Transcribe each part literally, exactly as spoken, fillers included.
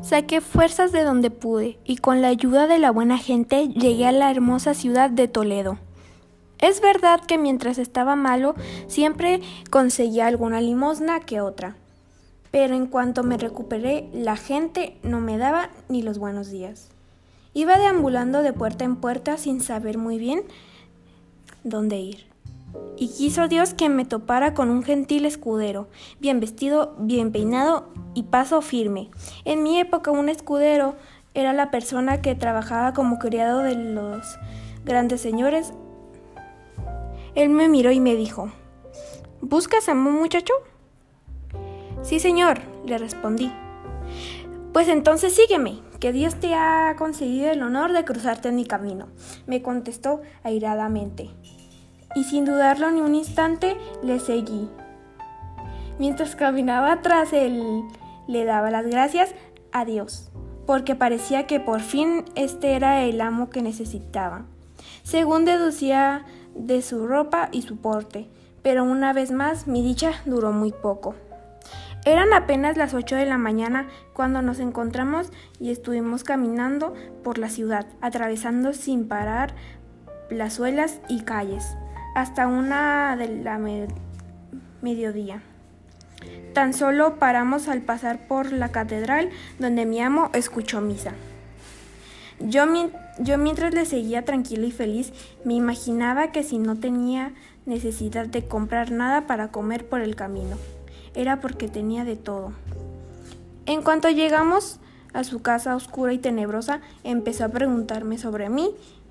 Saqué fuerzas de donde pude y con la ayuda de la buena gente llegué a la hermosa ciudad de Toledo. Es verdad que mientras estaba malo siempre conseguía alguna limosna que otra, pero en cuanto me recuperé la gente no me daba ni los buenos días. Iba deambulando de puerta en puerta sin saber muy bien dónde ir. Y quiso Dios que me topara con un gentil escudero, bien vestido, bien peinado y paso firme. En mi época un escudero era la persona que trabajaba como criado de los grandes señores. Él me miró y me dijo: ¿buscas a un muchacho? Sí, señor, le respondí. Pues entonces sígueme, que Dios te ha concedido el honor de cruzarte en mi camino, me contestó airadamente. Y sin dudarlo ni un instante, le seguí. Mientras caminaba atrás él, le daba las gracias a Dios, porque parecía que por fin este era el amo que necesitaba, según deducía de su ropa y su porte. Pero una vez más mi dicha duró muy poco. Eran apenas las ocho de la mañana cuando nos encontramos y estuvimos caminando por la ciudad, atravesando sin parar plazuelas y calles, hasta una de la me- mediodía. Tan solo paramos al pasar por la catedral, donde mi amo escuchó misa. Yo, mi- yo mientras le seguía tranquilo y feliz, me imaginaba que si no tenía necesidad de comprar nada para comer por el camino, era porque tenía de todo. En cuanto llegamos a su casa oscura y tenebrosa, empezó a preguntarme sobre mí,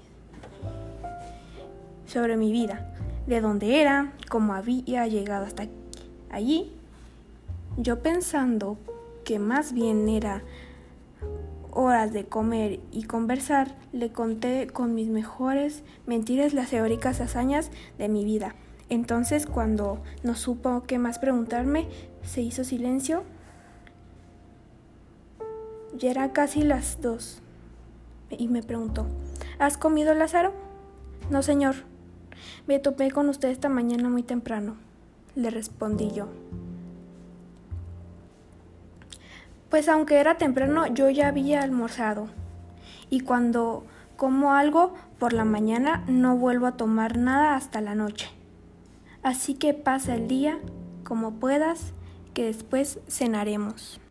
sobre mi vida, de dónde era, cómo había llegado hasta allí. Yo, pensando que más bien era horas de comer y conversar, le conté con mis mejores mentiras las teóricas hazañas de mi vida. Entonces, cuando no supo qué más preguntarme, se hizo silencio. Ya era casi las dos y me preguntó: ¿has comido, Lázaro? No, señor. Me topé con usted esta mañana muy temprano, le respondí yo. Pues aunque era temprano, yo ya había almorzado, y cuando como algo por la mañana no vuelvo a tomar nada hasta la noche. Así que pasa el día como puedas, que después cenaremos.